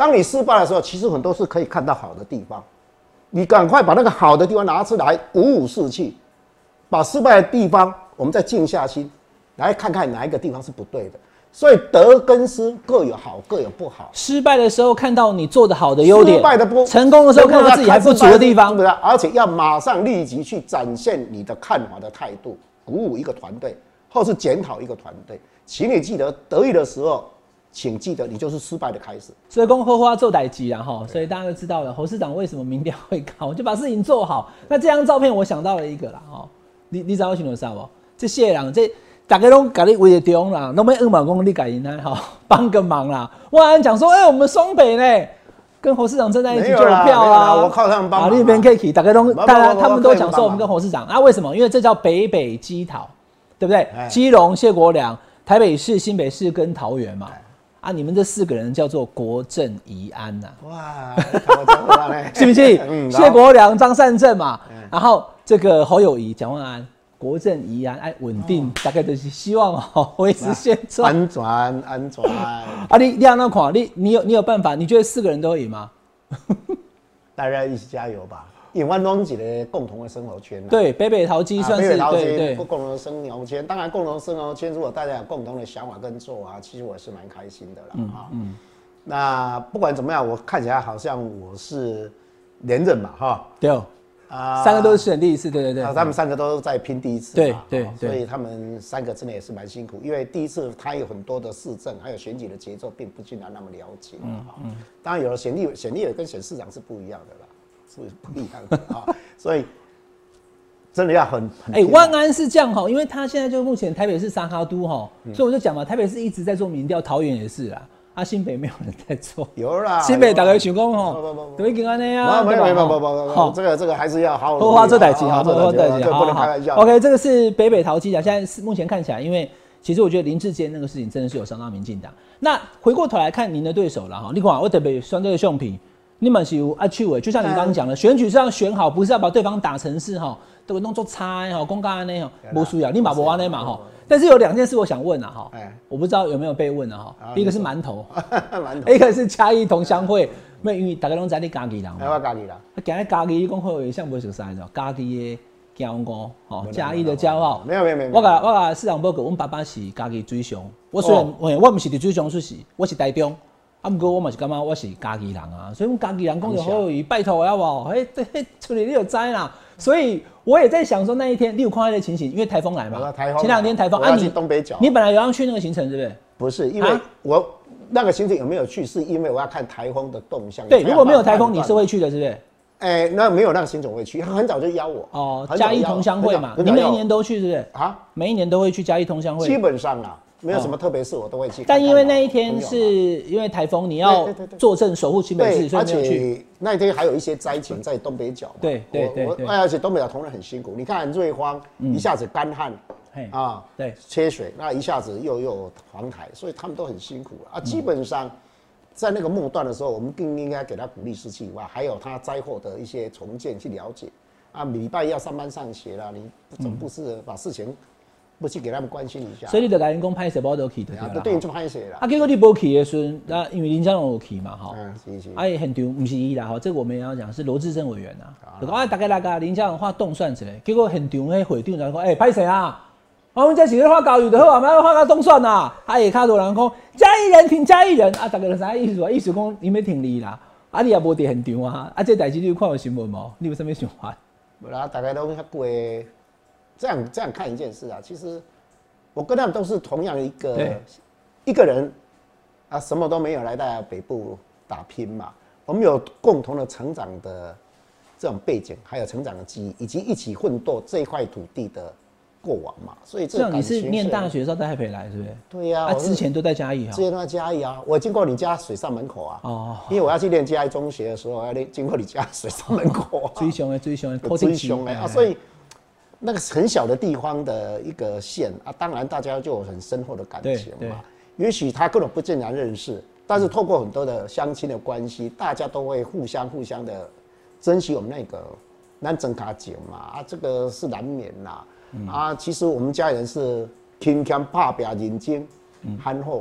当你失败的时候，其实很多是可以看到好的地方，你赶快把那个好的地方拿出来，鼓舞士气，把失败的地方，我们再静下心来看看哪一个地方是不对的。所以得跟失各有好，各有不好。 失败的时候看到你做的好的优点， 失败的不成功的时候看到自己还不足的地方， 对，而且要马上立即去展现你的看法的态度，鼓舞一个团队，或是检讨一个团队。请你记得，得意的时候，请记得你就是失败的开始。 所以讲好好做代志啦哈，所以大家就知道了侯市长为什么民调会高，就把事情做好。那这张照片我想到了一个啦哈，你知道我想到啥不？这些人这。大家都把你围着中啦，都没二毛公你改赢啦，哈，帮个忙啦。万安讲说，我们双北呢，跟侯市长站在一起就有票啦。 我靠他们帮忙。 那边可以，大家他们都讲说我们跟侯市长啊，为什么？因为这叫北北基桃，对不对？基隆、谢国良、台北市、新北市跟桃园嘛。啊，你们这4个人叫做国政宜安呐。哇，是不是？谢国良、张善政嘛，然后这个侯友宜、蒋万安。国政宜安，稳定，大概就是希望维持现状， 安全。 啊，你要那看，你有办法？你觉得4个人都会赢吗？ 大家一起加油吧！因为我们一个共同的生活圈。 对，北北桃基算是对共同的生活圈。当然，共同生活圈如果大家有共同的想法跟做啊，其实我是蛮开心的啦。那不管怎么样，我看起来好像我是连任嘛，哈。 对。3个都是选第1次，对。 他们3个都在拼第1次， 对， 所以他们3个真的也是蛮辛苦，因为第1次他有很多的市政，还有选举的节奏，并不尽然那么了解。当然有了选立委跟选市长是不一样的啦，是不一样的啊，所以真的要很万安是这样哈，因为他现在就目前台北市三哈都哈，所以我就讲嘛，台北市一直在做民调，桃园也是啦。新北没有人在做， 有啦。 新北大家想讲吼，都已经安尼啊， 不，这个还是要好好做代志，好做代志， 不能开玩笑。 OK， 这个是北北桃基啊，现在目前看起来，因为其实我觉得林智坚那个事情真的是有伤到民进党。那回过头来看您的对手了哈，你看我特别选这个橡皮，你们是有去的，就像你刚刚讲的，选举是要选好，不是要把对方打成是哈，都弄做差哈，公干安尼哈，不需要，你马不安尼嘛哈。但是有2件事我想问啊哈，我不知道有没有被问啊哈。第一个是馒头，一个是嘉义同乡会，因为大家拢知你嘉义人嘛， 我嘉义人， 今日嘉义讲好像不熟悉的，嘉义的骄傲，哦，嘉义的骄傲。 没有。 我甲市长报告，阮爸爸是嘉义水上，我虽然我不是伫水上出世，我是台中，不过我嘛是感觉我是嘉义人啊，所以阮嘉义人讲就好，拜托要不好，处理你有知啦。所以我也在想说，那一天你有看到的情形，因为台风来嘛，前2天台风啊，你东北角， 你本来有要去那个行程，是不是？ 不是，因为我那个行程有没有去，是因为我要看台风的动向。 对，如果没有台风，你是会去的，是不是？ 那没有那个行程我会去，他很早就邀我。 哦，嘉义同乡会嘛，你每一年都去，是不是？啊，每一年都会去嘉义同乡会。 基本上啦。没有什么特别事，我都会去。 但因为那一天是因为台风，你要坐镇守护新北市，所以没有去。 而且那一天还有一些灾情在东北角。 对， 而且东北角同仁很辛苦。你看瑞芳一下子干旱啊，对，缺水，那一下子又有黄台，所以他们都很辛苦啊。基本上在那个末段的时候，我们更应该给他鼓励士气以外，还有他灾后的一些重建去了解啊。礼拜一要上班上学啦，你总不是把事情。不去给他们关心一下， 所以你就甲因讲拍摄我都去的， 对，就拍摄啦。 啊，结果你无去的时候，那因为林佳龙有去嘛，哈， 是。 现场不是伊啦，哈，这个我们也要讲是罗志正委员啊，就讲大家来个林佳龙画动算之类，结果现场那会长就讲，拍摄啊，我们这是画教育的好啊，要画个动算呐，下骹多人讲嘉义人挺嘉义人啊，大家就啥意思啊？意思讲你要挺你啦，啊你也无伫现场啊，这代志你有看到新闻无？你有什么想法？ 无啦，大家都较过。这样看一件事啊，其实我跟他们都是同样一个人啊，什么都没有来到北部打拼嘛。我们有共同的成长的这种背景，还有成长的记忆，以及一起奋斗这块土地的过往嘛。所以这你是念大学的时候在台北来，是不是？ 对呀， 啊，之前都在嘉义哈。 之前都在嘉义啊，我经过你家水上门口啊。哦。因为我要去念嘉义中学的时候，要经过你家水上门口啊。 追凶啊，所以。那个很小的地方的一个县啊，当然大家就有很深厚的感情嘛。也许他根本不尽然认识，但是透过很多的乡亲的关系，大家都会互相的珍惜我们那个咱真卡景嘛啊，这个是难免啦。啊，其实我们家人是勤俭怕拼、认真、憨厚啦。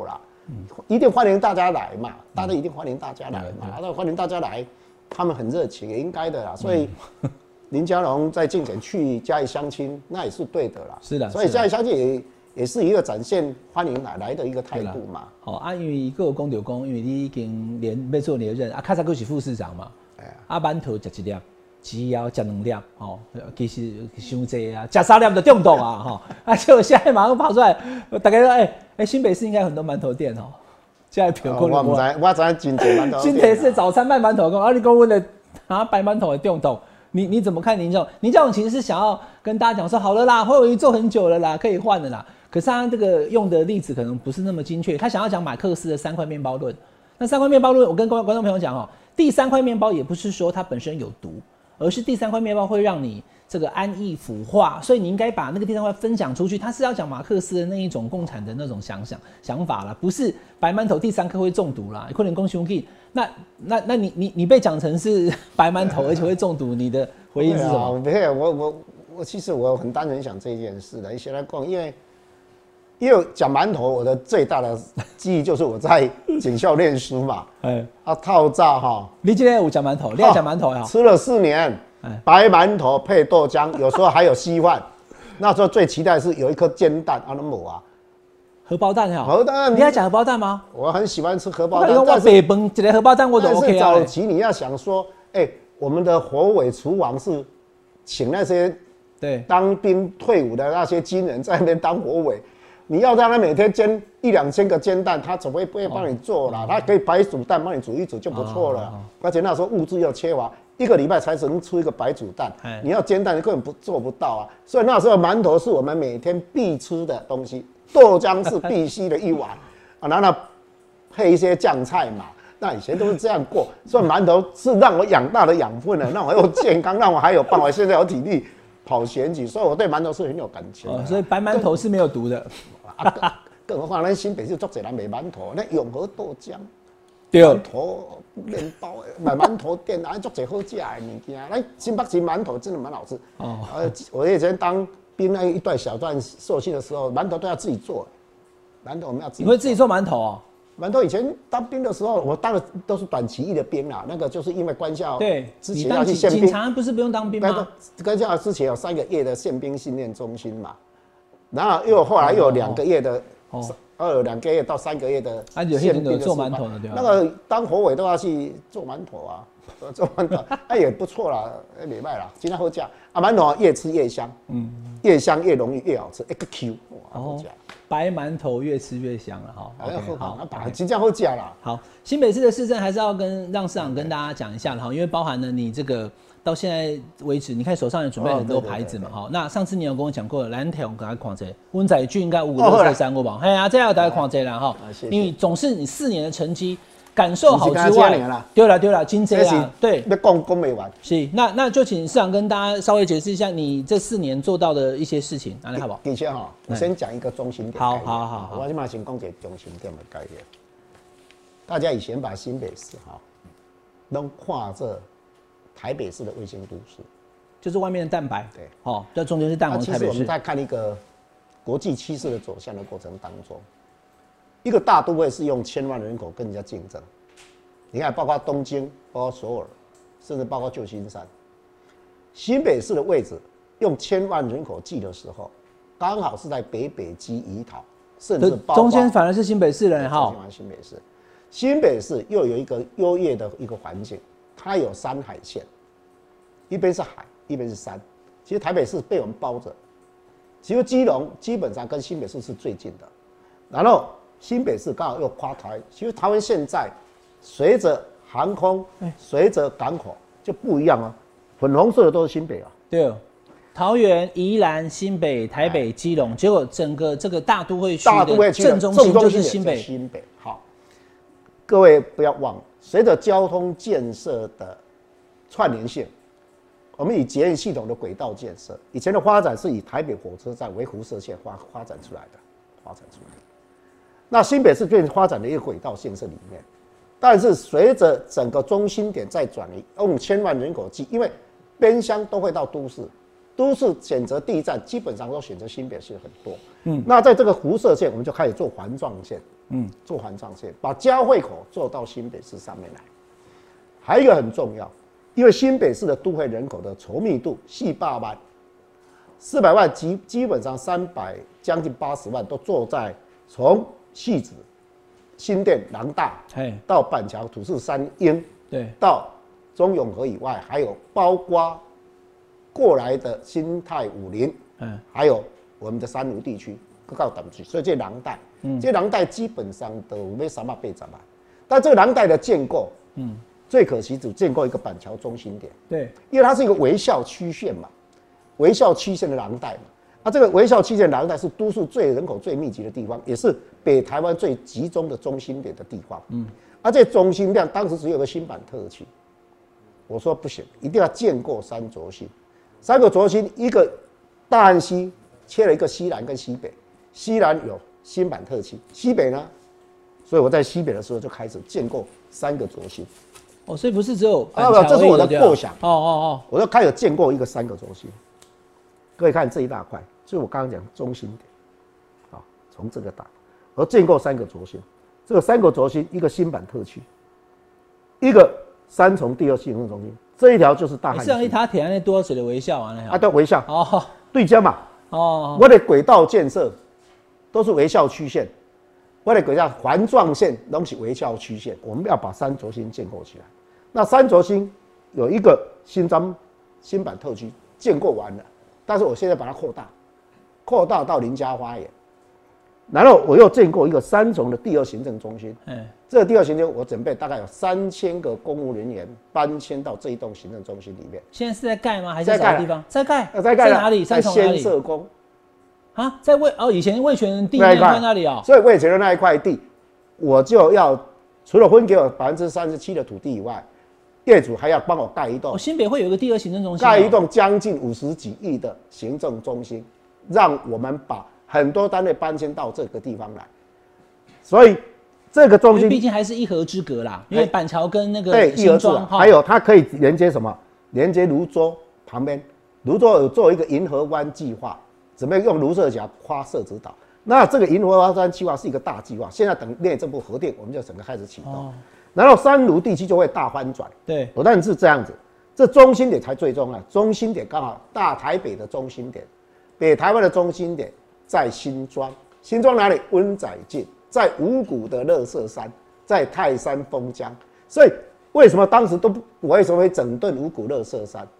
一定欢迎大家来嘛，大家一定欢迎大家来嘛，那欢迎大家来，他们很热情，也应该的啦。所以林佳龙在竞选去嘉义相亲，那也是对的啦。 是的， 所以嘉义相亲也是一个展现欢迎来的一个态度嘛。 好啊，因为一个公就公，因为你已经要做连任啊，卡萨哥是副市长嘛，啊馒头吃一粒。只要吃2粒，其实伤济啊，吃3粒就中毒啊，结果现在马上跑出来，大家说，新北市应该有很多馒头店现在票我不知道，我知道真济馒头店。 新北市早餐卖馒头你讲我的白馒头的中毒，你怎么看林佳龙？林佳龙其实是想要跟大家讲说，好了啦，侯友宜做很久了啦，可以换了啦。可是他这个用的例子可能不是那么精确，他想要讲马克思的3块面包论。那3块面包论，我跟观众朋友讲第3块面包也不是说它本身有毒。而是第3块面包会让你这个安逸腐化，所以你应该把那个第3块分享出去。他是要讲马克思的那一种共产的那种想法啦，不是白馒头第3颗会中毒啦。可能讲伤气，那你被讲成是白馒头，而且会中毒，你的回应是什么？ 没有，我其实我很单纯想这件事的。先来讲，因为讲馒头，我的最大的记忆就是我在警校念书嘛，套炸你今天有讲馒头，你要讲馒头呀？ 吃了4年，白馒头配豆浆，有时候还有稀饭。那时候最期待的是有一颗煎蛋，那没啊？ 荷包蛋呀？ 荷包蛋， 你要讲荷包蛋吗？ 我很喜欢吃荷包蛋。 我北饭一个荷包蛋我都 OK 啊。 早期你要想说，我们的火尾厨王是请那些当兵退伍的那些军人在那边当火尾。你要让他每天煎1-2千个煎蛋，他总会不会帮你做啦？他可以白煮蛋帮你煮一煮就不错了。而且那时候物资又缺乏，1个礼拜才能出一个白煮蛋。你要煎蛋，你根本做不到啊。所以那时候馒头是我们每天必吃的东西，豆浆是必须的1碗然后配一些酱菜嘛。那以前都是这样过，所以馒头是让我养大的养分了，让我又健康，让我还有办法现在有体力跑选举，所以我对馒头是很有感情的。 所以白馒头是没有毒的。 更何况咱新北市足侪人卖馒头，那永和豆浆、 馒头面包、买馒头店，足侪好食的物件。咱新北市馒头真的蛮好吃。我以前当兵那一小段受训的时候，馒头都要自己做。馒头我们要自己做。 你会自己做馒头馒头以前当兵的时候，我当的都是短期役的兵啦，那个就是因为官校之前要去宪兵， 警察不是不用当兵吗？ 官校之前有3个月的宪兵训练中心嘛。然后后来又有2个月的，2个月到3个月的宪兵的做馒头的，对吧？那个当火尾都要去做馒头啊，做馒头，也不错啦，没卖啦，今天好吃馒头越吃越香，越香越容易越好吃，一个 Q， 哇，好吃。 白馒头越吃越香了好，真正好吃啦。 好，新北市的市政还是要让市长跟大家讲一下因为包含了你这个。到现在为止，你看手上也准备很多牌子嘛，那上次你有跟我讲过，蓝条给他看这，温仔俊应该5个都是3个吧？嘿啊，这样大家看这啦因为总是你4年的成绩感受好之外，对了，金这啊，对， 要讲没完。 是，那就请市长跟大家稍微解释一下你这4年做到的一些事情，好不好？ 的确我先讲一个中心点。 好， 我先把先讲一个中心点的概念。大家以前把新北市都看这。台北市的卫星都市， 就是外面的蛋白，在中间是蛋黄。 其实我们在看一个国际趋势的走向的过程当中，一个大都会是用1000万人口跟人家竞争。你看，包括东京、包括首尔，甚至包括旧金山，新北市的位置用1000万人口计的时候，刚好是在北基宜桃，甚至包括中间反而是新北市人新北市又有一个优越的一个环境。它有山海线，一边是海，一边是山。其实台北市被我们包着，其实基隆基本上跟新北市是最近的。然后新北市刚好又跨台，其实台湾现在随着航空、随着港口就不一样粉红色的都是新北对，桃园、宜兰、新北、台北、基隆，结果整个这个大都会区的正中心就是新北。 好，各位不要忘了。随着交通建设的串联性，我们以捷运系统的轨道建设，以前的发展是以台北火车站为辐射线发展出来的，那新北市最发展的一个轨道建设里面，但是随着整个中心点在转移，用1000万人口计，因为边乡都会到都市， 都市选择第一站基本上都选择新北市很多。那在这个辐射线，我们就开始做环状线，做环状线，把交汇口做到新北市上面来。还有一个很重要，因为新北市的都会人口的稠密度400万，400万基本上将近80万都坐在从汐止、新店、廊大到板桥、土城、三鹰， 对， 到中永和以外，还有包括过来的新泰武林，还有我们的三芦地区，各个等区，所以这廊带，这廊带基本上都没380万，但这个廊带的建构，最可惜只建构一个板桥中心点， 对， 因为它是一个微笑曲线嘛，微笑曲线的廊带嘛。这个微笑曲线廊带是都市人口最密集的地方，也是北台湾最集中的中心点的地方。这中心量当时只有个新版特区，我说不行，一定要建构3轴心，3个轴心，一个大安溪切了一个西南跟西北，西南有新版特区，西北呢，所以我在西北的时候就开始建构3个轴心。 所以不是只有板桥而已， 这是我的构想。 我就开始建构一个3个轴心。各位看这一大块，就是我刚刚讲中心点，从这个打，而建构3个轴心。这个3个轴心，一个新版特区，一个3重第2行政中心，这一条就是大汉溪。 像他填那多水的微笑啊， 对，微笑对焦嘛。我的轨道建设都是微笑曲线，我的轨道环状线都是微笑曲线。我们要把3轴心建构起来。那3轴心有一个新版特区建构完了，但是我现在把它扩大到林家花园，然后我又建构一个3重的第2行政中心。这个第2行政我准备大概有3000个公务人员搬迁到这一栋行政中心里面。 现在是在盖吗？还是在找地方？在盖。 在哪里？ 在先社宫。 在以前味全地那块那里哦。 所以味全的那一块地，我就要除了分给我37%的土地以外，业主还要帮我盖一栋。 新北会有一个第2行政中心。 盖一栋将近50几亿的行政中心，让我们把很多单位搬迁到这个地方来。所以这个中心毕竟还是一河之隔啦，因为板桥跟那个新庄， 还有它可以连接什么？连接泸州旁边，泸州有做一个银河湾计划，准备用卢设甲发射指导。那这个银河湾计划是一个大计划，现在等内政部核定，我们就整个开始启动。然后三芦地区就会大翻转。 对， 不但是这样子，这中心点才最重要。中心点刚好大台北的中心点，北台湾的中心点在新庄。新庄哪里？温仔圳，在五股的垃圾山，在泰山封江。所以为什么当时为什么会整顿五股垃圾山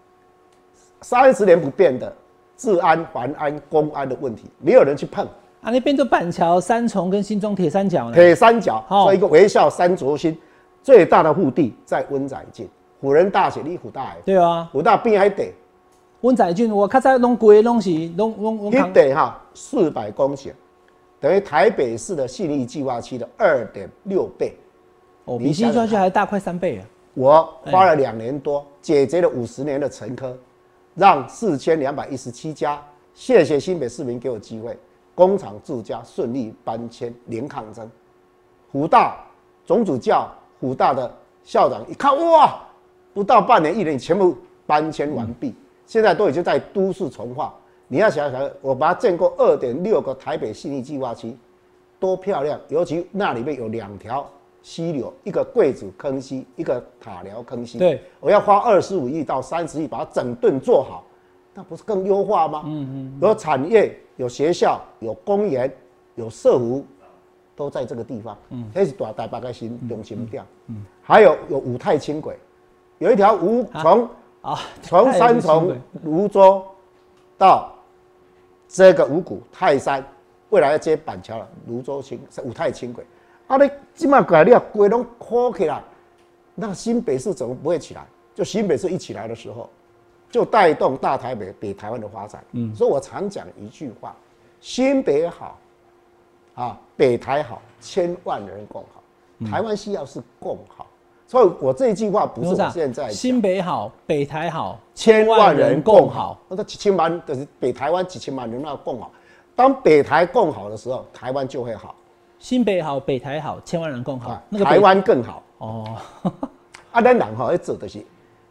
？30年不变的治安、环安、公安的问题，没有人去碰。 那边就板桥、三重跟新庄铁三角呢。 铁三角，所以一个微笑3轴心。最大的腹地在温仔圳，辅仁大学离辅大的。 对啊， 辅大边还得。 温仔圳我较早拢规拢是拢。 一得400公顷，等于台北市的信义计划区的2.6倍。 比新庄区还大快3倍啊！ 我花了2年多，解决了50年的沉疴，让4217家，谢谢新北市民给我机会，工厂自家顺利搬迁，零抗争。辅大总主教。辅大的校长一看，哇，不到半年、1年全部搬迁完毕，现在都已经在都市重划。你要想想，我把它建构2.6个台北信义计划区，多漂亮！尤其那里面有2条溪流，一个桂子坑溪，一个塔寮坑溪。 对， 我要花25亿到30亿把它整顿做好，那不是更优化吗？有产业、有学校、有公园、有社服。都在这个地方，这是大台北的中心点。还有五泰轻轨，有一条从三重泸州到这个五股泰山，未来要接板桥了，泸州五泰轻轨。你这么改，你要轨拢扩起来，那新北市怎么不会起来？就新北市一起来的时候，就带动大台北、北台湾的发展。所以我常讲一句话：新北好。北台好，1000万人共好。台湾需要是共好，所以我这一句话不是我现在讲。 新北好，北台好 ，1000万人共好。那这1000万就是北台湾1000万人要共好。当北台共好的时候，台湾就会好。 新北好，北台好，1000万人共好， 台湾更好。 哦， 咱人要做就是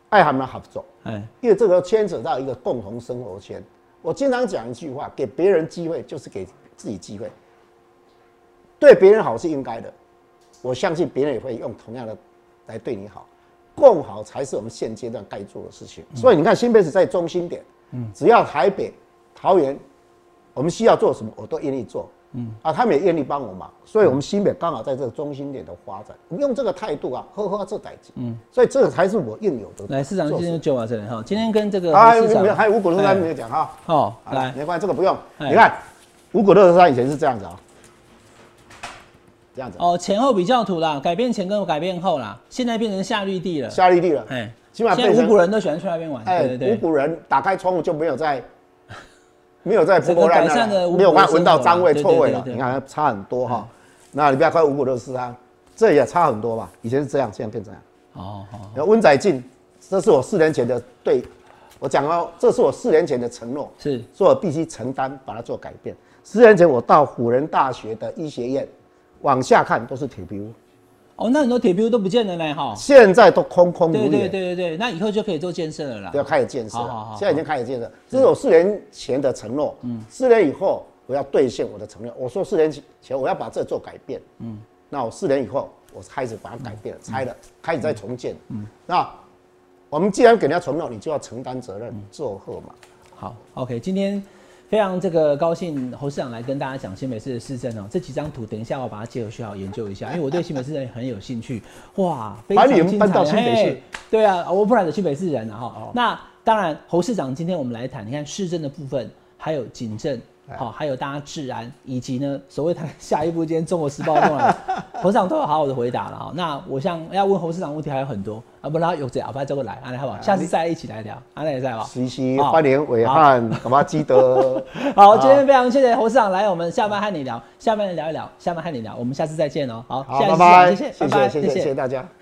爱他们合作， 哎， 因为这个牵扯到一个共同生活圈。我经常讲一句话：给别人机会就是给自己机会。对别人好是应该的，我相信别人也会用同样的来对你好。共好才是我们现阶段该做的事情。所以你看，新北市在中心点，只要台北、桃园，我们需要做什么，我都愿意做。他们也愿意帮我忙，所以我们新北刚好在这个中心点的发展，我们用这个态度啊，好好做代志。所以这个才是我应有的。 来，市长今天就到这里哈。今天跟这个市长还有五股乐山没有讲哈。 哦，来， 没关系，这个不用。你看，五股乐山以前是这样子啊，这样子。 哦，前后比较图啦，改变前跟改变后啦，现在变成夏绿地了。 夏绿地了， 哎， 起码现在五股人都喜欢去那边玩。对对对， 五股人打开窗户就没有在破破烂烂了，没有闻到脏味、臭味了。你看差很多哈。那你不要看五股乐山，这也差很多吧？以前是这样，现在变这样。哦好。温仔进，这是我4年前的我讲哦，这是我4年前的承诺， 是， 所以我必须承担，把它做改变。4年前我到辅仁大学的医学院，往下看都是铁皮屋。 哦，那很多铁皮屋都不见了呢，哈。 现在都空空如也。 对，那以后就可以做建设了啦。 要开始建设了，现在已经开始建设。这是我4年前的承诺，4年以后我要兑现我的承诺。我说4年前我要把这做改变，那我4年以后我开始把它改变了，拆了，开始再重建。那我们既然给人家承诺，你就要承担责任，做后嘛。 好 ，OK， 今天非常高兴侯市长来跟大家讲新北市的市政哦。这几张图，等一下我把它结合学好研究一下，因为我对新北市政很有兴趣。哇，非常精彩！把你们搬到新北市，对啊，我不然的新北市人了哈。那当然，侯市长今天我们来谈，你看市政的部分，还有警政。好，还有大家治安，以及呢，所谓他下一步，今天《中国时报》弄来，侯市长都有好好的回答了哈。那我想要问侯市长问题还有很多啊，不然有这阿爸这个来，安来好不好？下次再一起来聊，安来再好。 西欢迎伟汉，干嘛记得？ 好，今天非常谢谢侯市长来，我们下班和你聊，下班聊一聊，下班和你聊，我们下次再见哦。好， 拜拜，谢谢大家。